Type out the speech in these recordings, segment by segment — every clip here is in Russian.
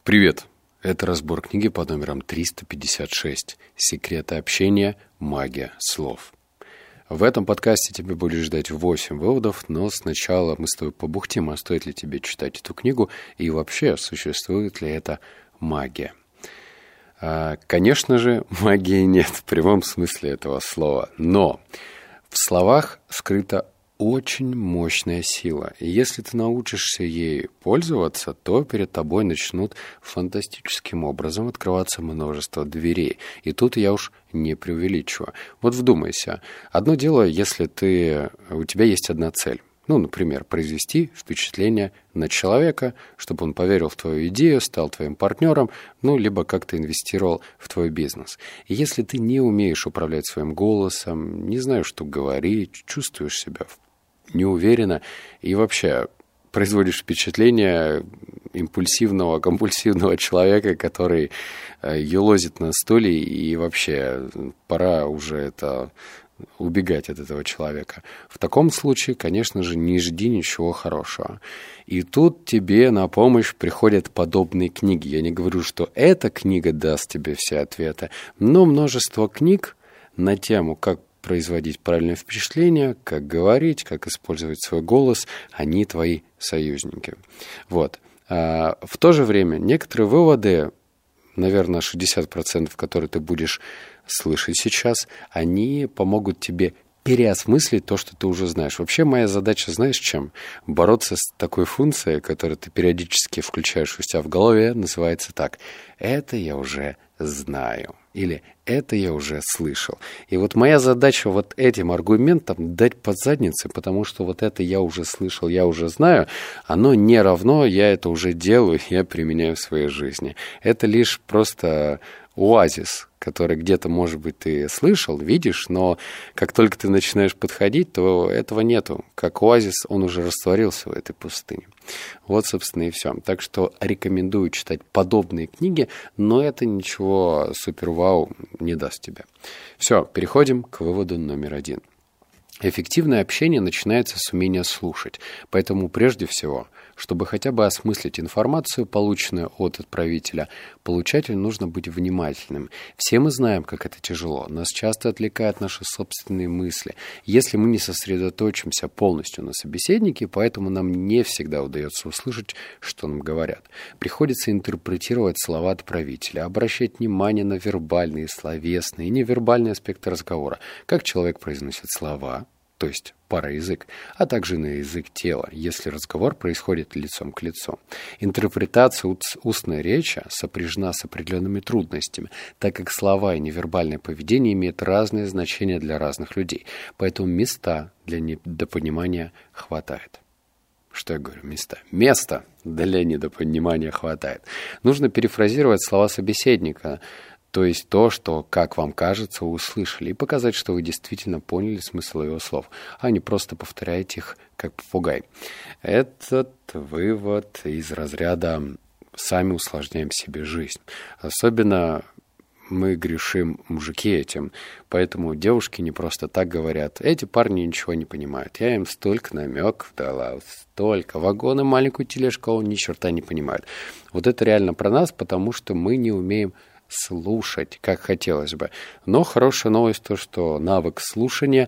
Привет! Это разбор книги под номером 356 «Секреты общения. Магия слов». В этом подкасте тебе будет ждать 8 выводов, но сначала мы с тобой побухтим, а стоит ли тебе читать эту книгу и вообще существует ли это магия. Конечно же, магии нет в прямом смысле этого слова, но в словах скрыта очень мощная сила. И если ты научишься ей пользоваться, то перед тобой начнут фантастическим образом открываться множество дверей. И тут я уж не преувеличиваю. Вот вдумайся. Одно дело, если у тебя есть одна цель. Например, произвести впечатление на человека, чтобы он поверил в твою идею, стал твоим партнером, либо как-то инвестировал в твой бизнес. И если ты не умеешь управлять своим голосом, не знаешь, что говорить, чувствуешь себя неуверенно и вообще производишь впечатление импульсивного, компульсивного человека, который елозит на стуле, и вообще пора уже убегать от этого человека. В таком случае, конечно же, не жди ничего хорошего. И тут тебе на помощь приходят подобные книги. Я не говорю, что эта книга даст тебе все ответы, но множество книг на тему, как производить правильное впечатление, как говорить, как использовать свой голос, они твои союзники. Вот. В то же время некоторые выводы, наверное, 60%, которые ты будешь слышать сейчас, они помогут тебе переосмыслить то, что ты уже знаешь. Вообще моя задача, знаешь, чем? Бороться с такой функцией, которую ты периодически включаешь у себя в голове, называется так: «Это я уже знаю» или «это я уже слышал». И вот моя задача вот этим аргументам дать под задницу, потому что вот это «я уже слышал», «я уже знаю», оно не равно «я это уже делаю», «я применяю в своей жизни». Это лишь просто оазис, который где-то, может быть, ты слышал, видишь, но как только ты начинаешь подходить, то этого нету. Как оазис, он уже растворился в этой пустыне. Вот, собственно, и все. Так что рекомендую читать подобные книги, но это ничего супер-вау не даст тебе. Все, переходим к выводу номер 1. Эффективное общение начинается с умения слушать. Поэтому прежде всего, чтобы хотя бы осмыслить информацию, полученную от отправителя, получателю нужно быть внимательным. Все мы знаем, как это тяжело. Нас часто отвлекают наши собственные мысли. Если мы не сосредоточимся полностью на собеседнике, поэтому нам не всегда удается услышать, что нам говорят. Приходится интерпретировать слова отправителя, обращать внимание на вербальные, словесные и невербальные аспекты разговора. Как человек произносит слова, то есть пароязык, а также на язык тела, если разговор происходит лицом к лицу. Интерпретация устной речи сопряжена с определенными трудностями, так как слова и невербальное поведение имеют разные значения для разных людей, поэтому места для недопонимания хватает. Что я говорю? Места для недопонимания хватает. Нужно перефразировать слова собеседника, то есть то, что, как вам кажется, вы услышали, и показать, что вы действительно поняли смысл его слов, а не просто повторяете их, как попугай. Этот вывод из разряда «сами усложняем себе жизнь». Особенно мы грешим, мужики, этим. Поэтому девушки не просто так говорят: эти парни ничего не понимают. Я им столько намеков дала, столько. Вагоны, маленькую тележку, а он ни черта не понимает. Вот это реально про нас, потому что мы не умеем слушать, как хотелось бы. Но хорошая новость то, что навык слушания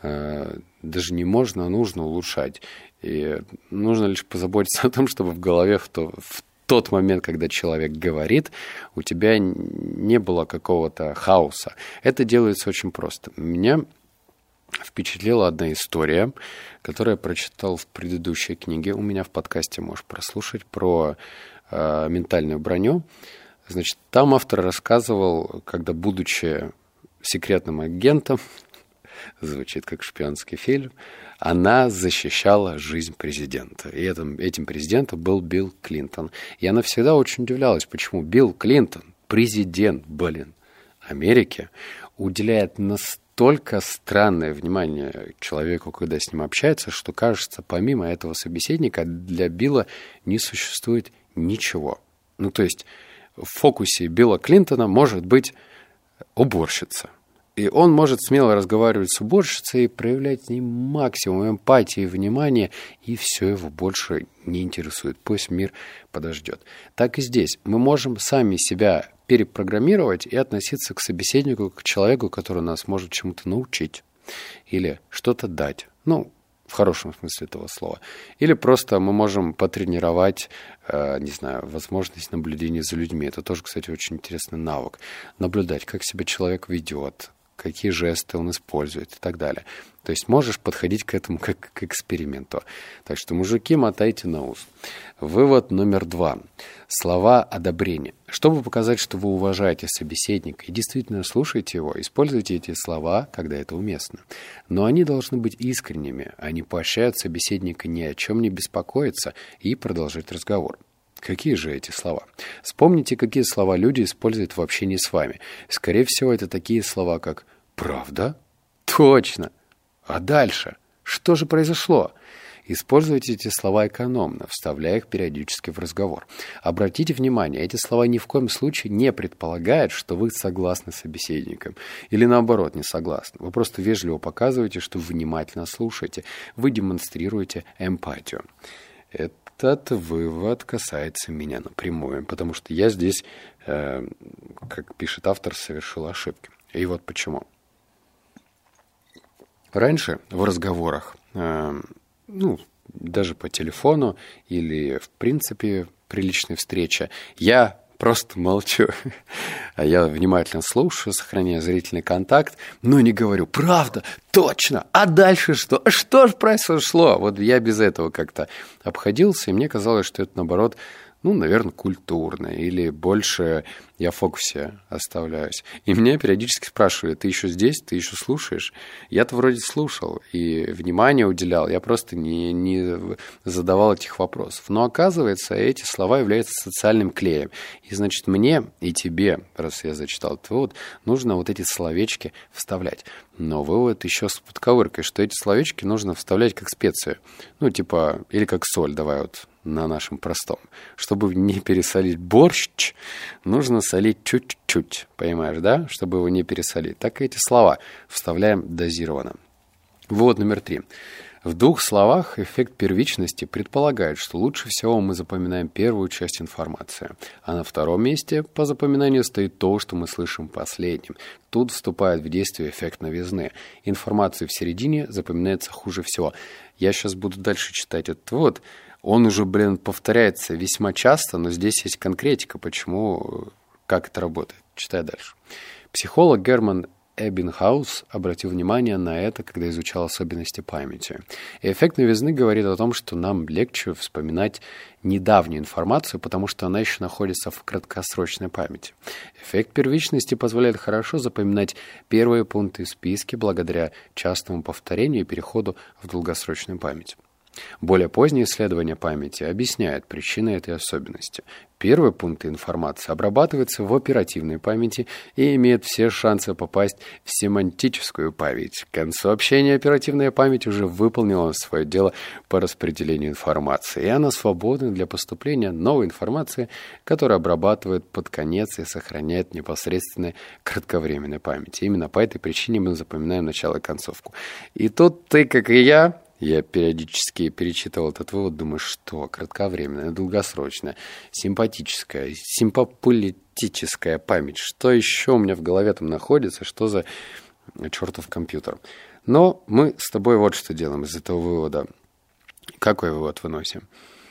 даже не можно, а нужно улучшать. И нужно лишь позаботиться о том, чтобы в голове в тот момент, когда человек говорит, у тебя не было какого-то хаоса. Это делается очень просто. Меня впечатлила одна история, которую я прочитал в предыдущей книге. У меня в подкасте можешь прослушать, про ментальную броню. Значит, там автор рассказывал, когда, будучи секретным агентом, звучит как шпионский фильм, она защищала жизнь президента. И этим президентом был Билл Клинтон. И она всегда очень удивлялась, почему Билл Клинтон, президент, Америки, уделяет настолько странное внимание человеку, когда с ним общается, что, кажется, помимо этого собеседника для Билла не существует ничего. То есть в фокусе Билла Клинтона может быть уборщица. И он может смело разговаривать с уборщицей, проявлять с ней максимум эмпатии и внимания, и все его больше не интересует. Пусть мир подождет. Так и здесь. Мы можем сами себя перепрограммировать и относиться к собеседнику, к человеку, который нас может чему-то научить или что-то дать. В хорошем смысле этого слова. Или просто мы можем потренировать, не знаю, возможность наблюдения за людьми. Это тоже, кстати, очень интересный навык. Наблюдать, как себя человек ведет, какие жесты он использует и так далее. То есть можешь подходить к этому как к эксперименту. Так что, мужики, мотайте на ус. Вывод номер 2. Слова одобрения. Чтобы показать, что вы уважаете собеседника и действительно слушаете его, используйте эти слова, когда это уместно. Но они должны быть искренними. Они поощряют собеседника ни о чем не беспокоиться и продолжать разговор. Какие же эти слова? Вспомните, какие слова люди используют в общении с вами. Скорее всего, это такие слова, как «правда?», «точно?», «а дальше?», «что же произошло?». Используйте эти слова экономно, вставляя их периодически в разговор. Обратите внимание, эти слова ни в коем случае не предполагают, что вы согласны с собеседником. Или наоборот, не согласны. Вы просто вежливо показываете, что внимательно слушаете. Вы демонстрируете эмпатию. Этот вывод касается меня напрямую, потому что я здесь, как пишет автор, совершил ошибки. И вот почему. Раньше в разговорах, даже по телефону или, в принципе, при личной встрече, я просто молчу. А я внимательно слушаю, сохраняю зрительный контакт, но не говорю «правда?», «точно?», «а дальше что?», «что же произошло?». Вот я без этого как-то обходился, и мне казалось, что это, наоборот, наверное, культурно, или больше я в фокусе оставляюсь. И меня периодически спрашивали: ты еще здесь, ты еще слушаешь? Я-то вроде слушал и внимание уделял, я просто не задавал этих вопросов. Но оказывается, эти слова являются социальным клеем. И значит, мне и тебе, раз я зачитал этот вывод, нужно вот эти словечки вставлять. Но вывод еще с подковыркой, что эти словечки нужно вставлять как специю. Или как соль, давай вот на нашем простом. Чтобы не пересолить борщ, нужно солить чуть-чуть, понимаешь, да? Чтобы его не пересолить. Так и эти слова вставляем дозированно. Вывод номер 3. В 2 словах эффект первичности предполагает, что лучше всего мы запоминаем первую часть информации, а на втором месте по запоминанию стоит то, что мы слышим последним. Тут вступает в действие эффект новизны. Информация в середине запоминается хуже всего. Я сейчас буду дальше читать этот вывод. Он уже, повторяется весьма часто, но здесь есть конкретика, как это работает. Читай дальше. Психолог Герман Эббингhaus обратил внимание на это, когда изучал особенности памяти. И эффект новизны говорит о том, что нам легче вспоминать недавнюю информацию, потому что она еще находится в краткосрочной памяти. Эффект первичности позволяет хорошо запоминать первые пункты в списке благодаря частому повторению и переходу в долгосрочную память. Более поздние исследования памяти объясняют причины этой особенности. Первые пункты информации обрабатываются в оперативной памяти и имеют все шансы попасть в семантическую память. К концу общения оперативная память уже выполнила свое дело по распределению информации, и она свободна для поступления новой информации, которая обрабатывает под конец и сохраняет непосредственной кратковременной памяти. Именно по этой причине мы запоминаем начало и концовку. И тут ты, как и я периодически перечитывал этот вывод, думаю, что кратковременная, долгосрочная, симпатическая, симпополитическая память. Что еще у меня в голове там находится? Что за чертов компьютер? Но мы с тобой вот что делаем из этого вывода. Какой вывод выносим?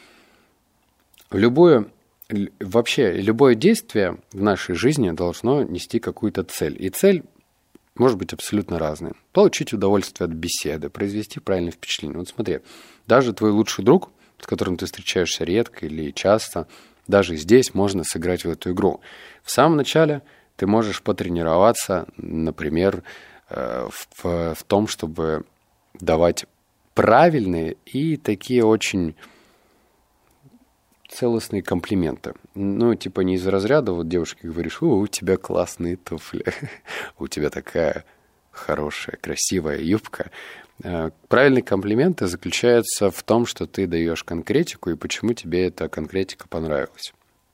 Любое действие в нашей жизни должно нести какую-то цель. И цель может быть абсолютно разные. Получить удовольствие от беседы, произвести правильное впечатление. Вот смотри, даже твой лучший друг, с которым ты встречаешься редко или часто, даже здесь можно сыграть в эту игру. В самом начале ты можешь потренироваться, например, в том, чтобы давать правильные и такие очень целостные комплименты. Не из разряда, вот девушке говоришь: у тебя классные туфли, у тебя такая хорошая, красивая юбка. Правильные комплименты заключаются в том, что ты даешь конкретику и почему тебе эта конкретика понравилась.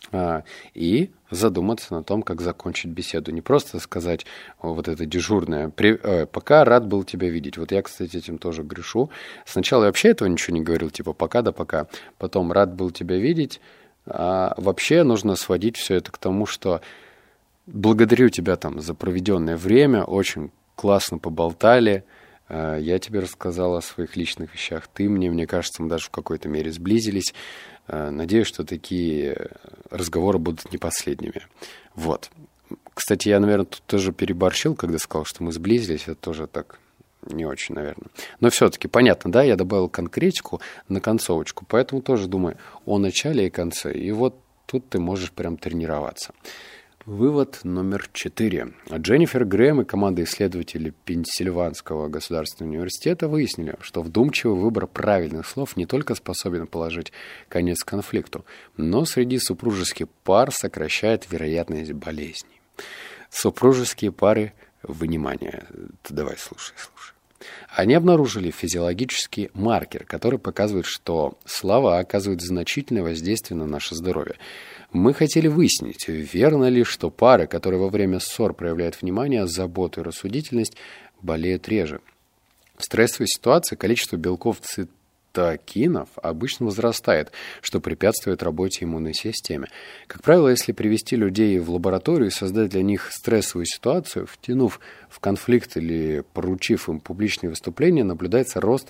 и задуматься на том, как закончить беседу. Не просто сказать вот это дежурное «пока, рад был тебя видеть». Вот я, кстати, этим тоже грешу. Сначала я вообще этого ничего не говорил, типа «пока да пока». Потом «рад был тебя видеть». А вообще нужно сводить все это к тому, что благодарю тебя там за проведенное время, очень классно поболтали, я тебе рассказал о своих личных вещах, ты мне кажется, мы даже в какой-то мере сблизились. Надеюсь, что такие разговоры будут не последними. Вот. Кстати, я, наверное, тут тоже переборщил, когда сказал, что мы сблизились. Это тоже так не очень, наверное. Но все-таки понятно, да, я добавил конкретику на концовочку, поэтому тоже думаю о начале и конце. И вот тут ты можешь прям тренироваться. Вывод номер 4. Дженнифер Грэм и команда исследователей Пенсильванского государственного университета выяснили, что вдумчивый выбор правильных слов не только способен положить конец конфликту, но среди супружеских пар сокращает вероятность болезней. Супружеские пары, внимание, давай слушай. Они обнаружили физиологический маркер, который показывает, что слова оказывают значительное воздействие на наше здоровье. Мы хотели выяснить, верно ли, что пары, которые во время ссор проявляют внимание, заботу и рассудительность, болеют реже. В стрессовой ситуации количество белков цитокинов обычно возрастает, что препятствует работе иммунной системы. Как правило, если привести людей в лабораторию и создать для них стрессовую ситуацию, втянув в конфликт или поручив им публичные выступления, наблюдается рост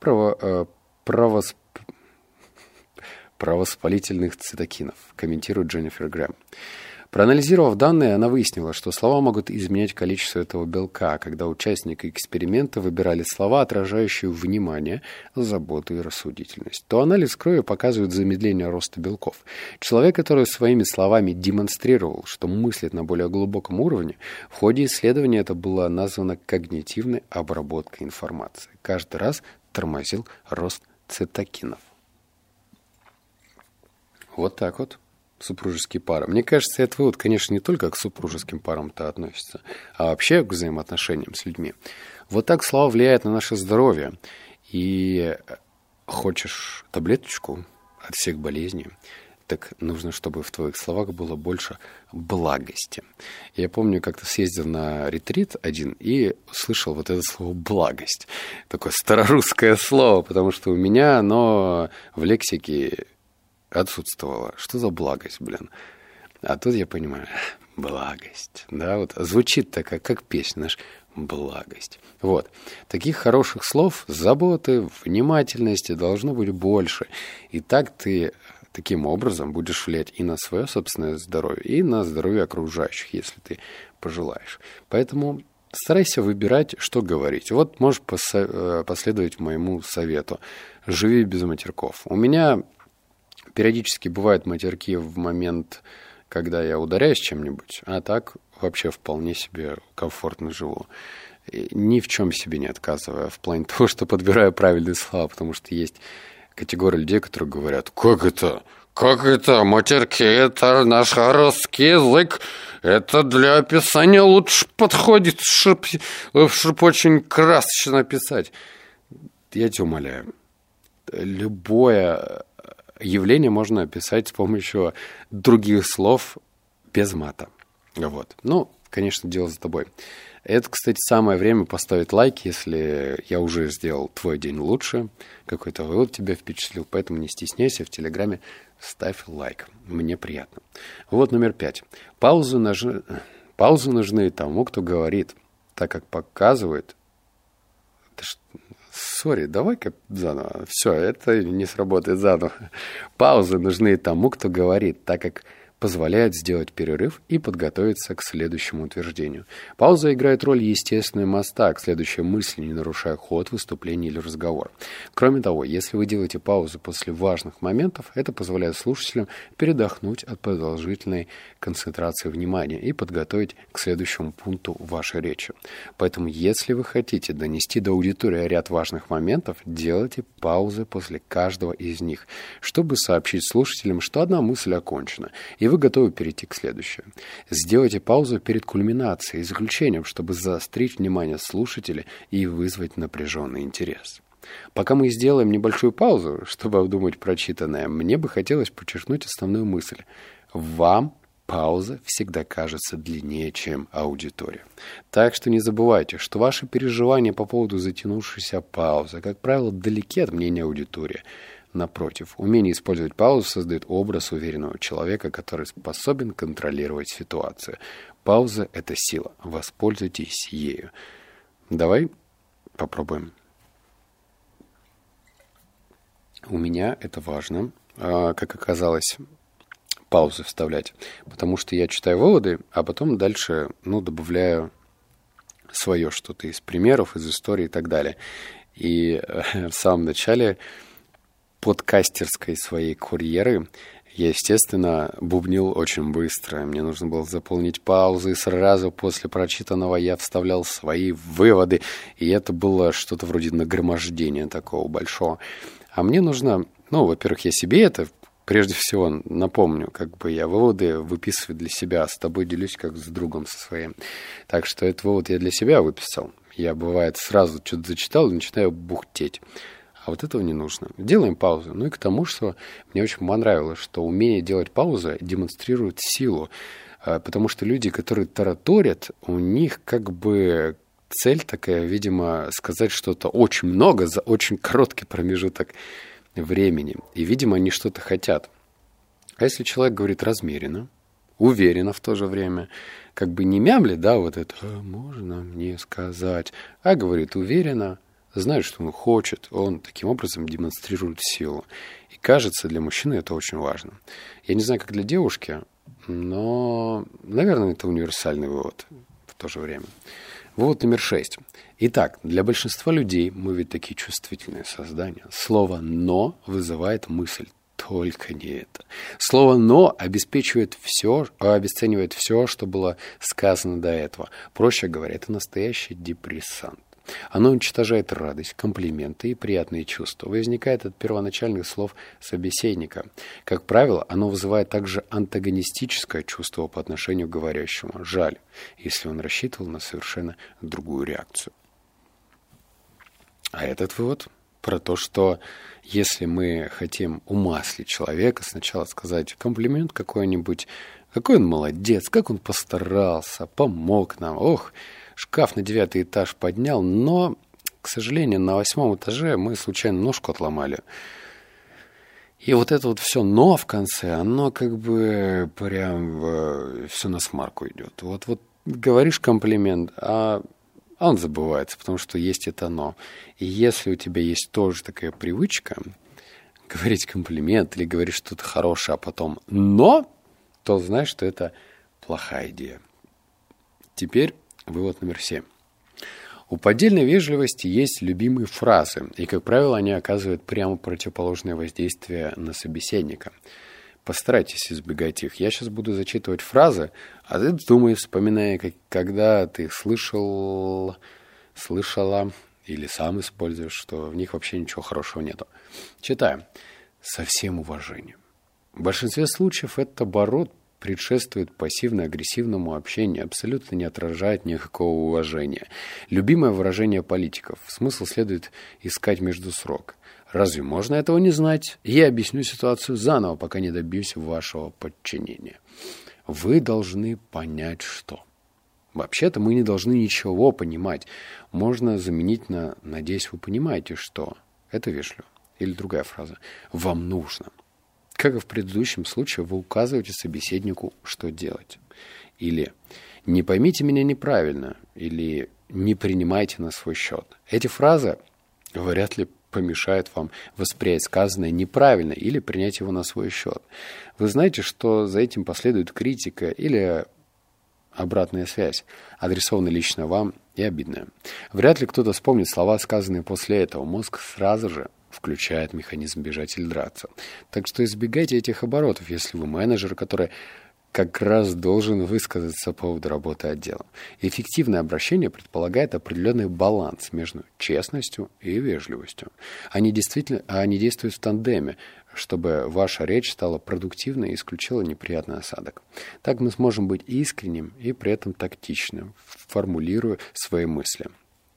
правовоспалительных цитокинов, комментирует Дженнифер Грэм. Проанализировав данные, она выяснила, что слова могут изменять количество этого белка, когда участники эксперимента выбирали слова, отражающие внимание, заботу и рассудительность. То анализ крови показывает замедление роста белков. Человек, который своими словами демонстрировал, что мыслит на более глубоком уровне, в ходе исследования это было названо когнитивной обработкой информации. Каждый раз тормозил рост цитокинов. Вот так вот. Супружеские пары. Мне кажется, этот вывод, конечно, не только к супружеским парам-то относится, а вообще к взаимоотношениям с людьми. Вот так слова влияют на наше здоровье. И хочешь таблеточку от всех болезней, так нужно, чтобы в твоих словах было больше благости. Я помню, как-то съездил на ретрит один и слышал вот это слово «благость». Такое старорусское слово, потому что у меня оно в лексике отсутствовало. Что за благость, блин? А тут я понимаю, благость. Да, вот звучит такая, как песня, знаешь, благость. Вот. Таких хороших слов, заботы, внимательности должно быть больше. И так ты таким образом будешь влиять и на свое собственное здоровье, и на здоровье окружающих, если ты пожелаешь. Поэтому старайся выбирать, что говорить. Вот можешь последовать моему совету. Живи без матерков. У меня периодически бывают матерки в момент, когда я ударяюсь чем-нибудь, а так вообще вполне себе комфортно живу. И ни в чем себе не отказывая, в плане того, что подбираю правильные слова, потому что есть категория людей, которые говорят: как это? Как это? Матерки — это наш русский язык. Это для описания лучше подходит, чтобы очень красочно писать. Я тебя умоляю. Любое явление можно описать с помощью других слов без мата. Вот. Ну, конечно, дело за тобой. Это, кстати, самое время поставить лайк, если я уже сделал твой день лучше, какой-то вывод тебя впечатлил, поэтому не стесняйся, в Телеграме ставь лайк. Мне приятно. Вот номер 5. Паузы нужны тому, кто говорит, так как показывает... Сори, давай-ка заново. Все, это не сработает заново. Паузы нужны тому, кто говорит, так как позволяет сделать перерыв и подготовиться к следующему утверждению. Пауза играет роль естественного моста к следующей мысли, не нарушая ход выступления или разговора. Кроме того, если вы делаете паузу после важных моментов, это позволяет слушателям передохнуть от продолжительной концентрации внимания и подготовить к следующему пункту вашей речи. Поэтому, если вы хотите донести до аудитории ряд важных моментов, делайте паузы после каждого из них, чтобы сообщить слушателям, что одна мысль окончена, и вы готовы перейти к следующей. Сделайте паузу перед кульминацией и заключением, чтобы заострить внимание слушателя и вызвать напряженный интерес. Пока мы сделаем небольшую паузу, чтобы обдумать прочитанное, мне бы хотелось подчеркнуть основную мысль. вам пауза всегда кажется длиннее, чем аудитория. Так что не забывайте, что ваши переживания по поводу затянувшейся паузы, как правило, далеки от мнения аудитории. Напротив, умение использовать паузу создает образ уверенного человека, который способен контролировать ситуацию. Пауза – это сила. Воспользуйтесь ею. Давай попробуем. У меня это важно, как оказалось, паузы вставлять, потому что я читаю выводы, а потом дальше, добавляю свое что-то из примеров, из истории и так далее. И в самом начале подкастерской своей карьеры я, естественно, бубнил очень быстро. Мне нужно было заполнить паузы, и сразу после прочитанного я вставлял свои выводы, и это было что-то вроде нагромождения такого большого. А мне нужно, во-первых, я себе это прежде всего напомню, я выводы выписываю для себя, с тобой делюсь как с другом со своим. Так что этот вывод я для себя выписал. Я, бывает, сразу что-то зачитал и начинаю бухтеть. А вот этого не нужно. Делаем паузу. И к тому, что мне очень понравилось, что умение делать паузу демонстрирует силу. Потому что люди, которые тараторят, у них цель такая, видимо, сказать что-то очень много за очень короткий промежуток времени. И, видимо, они что-то хотят. А если человек говорит размеренно, уверенно в то же время, не мямлит, можно мне сказать, а говорит уверенно, знает, что он хочет, он таким образом демонстрирует силу. И кажется, для мужчины это очень важно. Я не знаю, как для девушки, но, наверное, это универсальный вывод в то же время. Вывод номер 6. Итак, для большинства людей, мы ведь такие чувствительные создания, слово «но» вызывает мысль. Только не это. Слово «но» обесценивает все, что было сказано до этого. Проще говоря, это настоящий депрессант. Оно уничтожает радость, комплименты и приятные чувства. Возникает от первоначальных слов собеседника. Как правило, оно вызывает также антагонистическое чувство по отношению к говорящему. Жаль, если он рассчитывал на совершенно другую реакцию. А этот вывод про то, что если мы хотим умаслить человека, сначала сказать комплимент какой-нибудь, какой он молодец, как он постарался, помог нам, шкаф на 9 этаж поднял, но, к сожалению, на 8 этаже мы случайно ножку отломали. И вот это вот все «но» в конце, оно прям все на смарку идет. Вот говоришь комплимент, а он забывается, потому что есть это «но». И если у тебя есть тоже такая привычка говорить комплимент или говорить что-то хорошее, а потом «но», то знаешь, что это плохая идея. Теперь вывод номер 7. У поддельной вежливости есть любимые фразы, и, как правило, они оказывают прямо противоположное воздействие на собеседника. Постарайтесь избегать их. Я сейчас буду зачитывать фразы, а ты думай, вспоминая, когда ты их слышала или сам используешь, что в них вообще ничего хорошего нету. Читаем. Со всем уважением. В большинстве случаев этот оборот предшествует пассивно-агрессивному общению, абсолютно не отражает никакого уважения. Любимое выражение политиков. Смысл следует искать между строк. Разве можно этого не знать? Я объясню ситуацию заново, пока не добьюсь вашего подчинения. Вы должны понять, что. Вообще-то мы не должны ничего понимать. Можно заменить на «надеюсь, вы понимаете, что». Это вежливо. Или другая фраза. Вам нужно. Как и в предыдущем случае, вы указываете собеседнику, что делать. Или «не поймите меня неправильно», или «не принимайте на свой счет». Эти фразы вряд ли помешают вам воспринять сказанное неправильно или принять его на свой счет. Вы знаете, что за этим последует критика или обратная связь, адресованная лично вам и обидная. Вряд ли кто-то вспомнит слова, сказанные после этого. Мозг сразу же включает механизм бежать или драться. Так что избегайте этих оборотов, если вы менеджер, который как раз должен высказаться по поводу работы отдела. Эффективное обращение предполагает определенный баланс между честностью и вежливостью. Они действуют в тандеме, чтобы ваша речь стала продуктивной и исключила неприятный осадок. Так мы сможем быть искренним и при этом тактичным, формулируя свои мысли.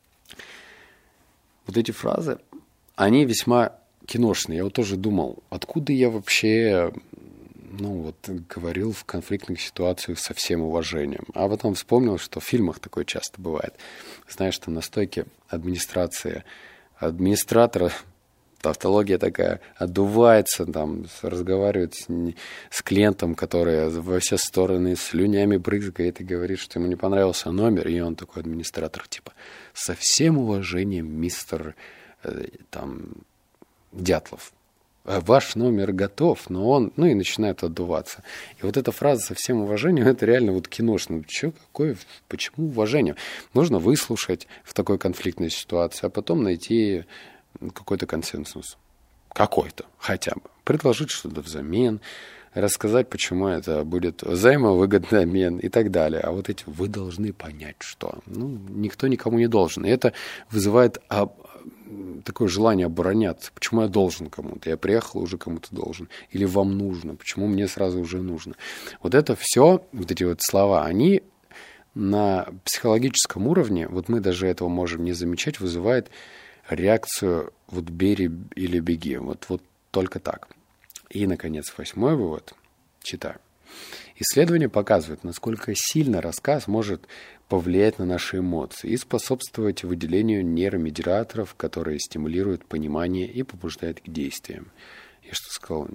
Вот эти фразы, они весьма киношные. Я вот тоже думал, откуда я вообще говорил в конфликтных ситуациях со всем уважением. А потом вспомнил, что в фильмах такое часто бывает. Знаешь, что на стойке администратора, тавтология такая, отдувается, разговаривает с клиентом, который во все стороны слюнями брызгает и говорит, что ему не понравился номер, и он такой администратор, со всем уважением, мистер Дятлов. Ваш номер готов, но он, и начинает отдуваться. И вот эта фраза со всем уважением, это реально киношно. Почему уважение? Нужно выслушать в такой конфликтной ситуации, а потом найти какой-то консенсус. Какой-то, хотя бы. Предложить что-то взамен, рассказать, почему это будет взаимовыгодный обмен и так далее. А вот вы должны понять, что. Никто никому не должен. И это вызывает такое желание обороняться. Почему я должен кому-то? Я приехал, уже кому-то должен. Или вам нужно? Почему мне сразу уже нужно? Вот это все, эти слова, они на психологическом уровне, мы даже этого можем не замечать, вызывает реакцию «бери или беги». Вот только так. И, наконец, 8-й вывод. Читаю. Исследования показывают, насколько сильно рассказ может повлиять на наши эмоции и способствовать выделению нейромедиаторов, которые стимулируют понимание и побуждают к действиям. Я что сказал?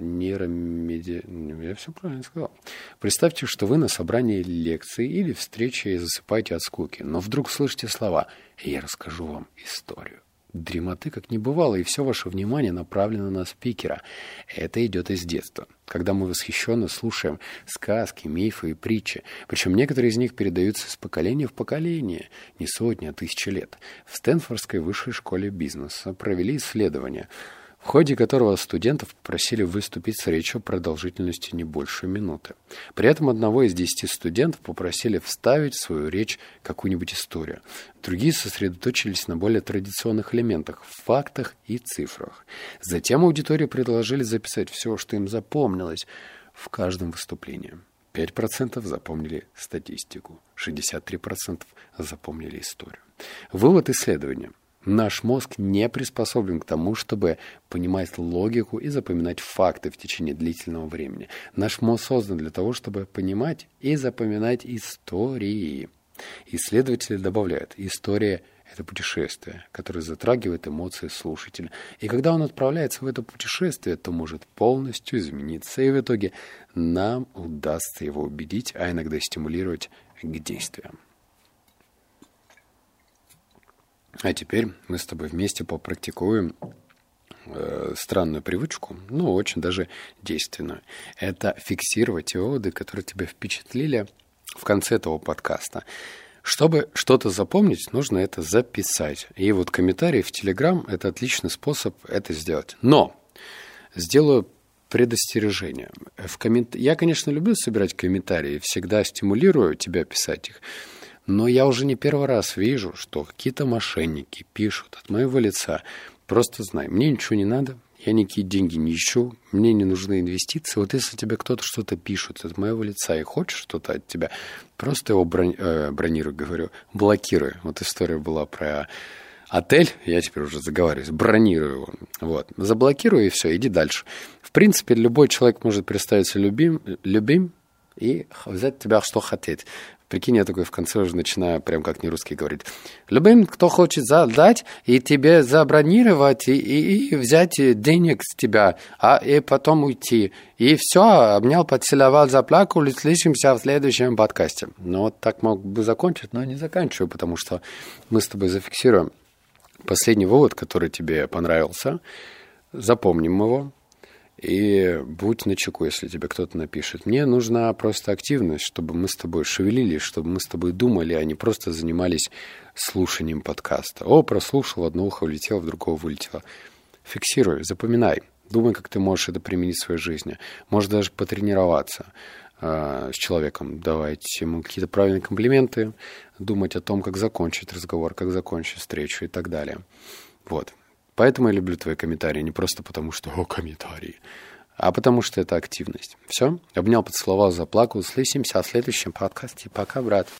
Я все правильно сказал. Представьте, что вы на собрании лекции или встрече и засыпаете от скуки, но вдруг слышите слова «Я расскажу вам историю». Дремоты как не бывало, и все ваше внимание направлено на спикера. Это идет из детства, когда мы восхищенно слушаем сказки, мифы и притчи. Причем некоторые из них передаются из поколения в поколение, не сотни, а тысячи лет. В Стэнфордской высшей школе бизнеса провели исследование, в ходе которого студентов попросили выступить с речью продолжительностью не больше минуты. При этом одного из 10 студентов попросили вставить в свою речь какую-нибудь историю. Другие сосредоточились на более традиционных элементах, фактах и цифрах. Затем аудитории предложили записать все, что им запомнилось в каждом выступлении. 5% запомнили статистику, 63% запомнили историю. Вывод исследования. Наш мозг не приспособлен к тому, чтобы понимать логику и запоминать факты в течение длительного времени. Наш мозг создан для того, чтобы понимать и запоминать истории. Исследователи добавляют, история – это путешествие, которое затрагивает эмоции слушателя. И когда он отправляется в это путешествие, то может полностью измениться. И в итоге нам удастся его убедить, а иногда стимулировать к действиям. А теперь мы с тобой вместе попрактикуем странную привычку, очень даже действенную. Это фиксировать те выводы, которые тебя впечатлили в конце этого подкаста. Чтобы что-то запомнить, нужно это записать. И комментарии в Telegram – это отличный способ это сделать. Но сделаю предостережение. Я, конечно, люблю собирать комментарии, всегда стимулирую тебя писать их. Но я уже не первый раз вижу, что какие-то мошенники пишут от моего лица. Просто знай, мне ничего не надо, я никакие деньги не ищу, мне не нужны инвестиции. Если тебе кто-то что-то пишет от моего лица и хочет что-то от тебя, просто его блокируй. История была про отель, я теперь уже заговариваюсь, бронирую его. Заблокируй и все, иди дальше. В принципе, любой человек может представиться любим и взять тебя что хотеть. Прикинь, я такой в конце уже начинаю прям как не-русский говорить. Любым, кто хочет задать и тебе забронировать, и взять денег с тебя, и потом уйти. И все, обнял, поцеловал, заплакал, и слышимся в следующем подкасте. Так мог бы закончить, но не заканчиваю, потому что мы с тобой зафиксируем последний вывод, который тебе понравился. Запомним его. И будь начеку, если тебе кто-то напишет. Мне нужна просто активность, чтобы мы с тобой шевелились, чтобы мы с тобой думали, а не просто занимались слушанием подкаста. Прослушал, в одно ухо влетело, в другое вылетело. Фиксируй, запоминай. Думай, как ты можешь это применить в своей жизни. Можешь даже потренироваться с человеком, давать ему какие-то правильные комплименты, думать о том, как закончить разговор, как закончить встречу и так далее. Поэтому я люблю твои комментарии, не просто потому, что комментарии, а потому что это активность. Все, обнял, поцеловал, заплакал. Слышимся в следующем подкасте. Пока, брат.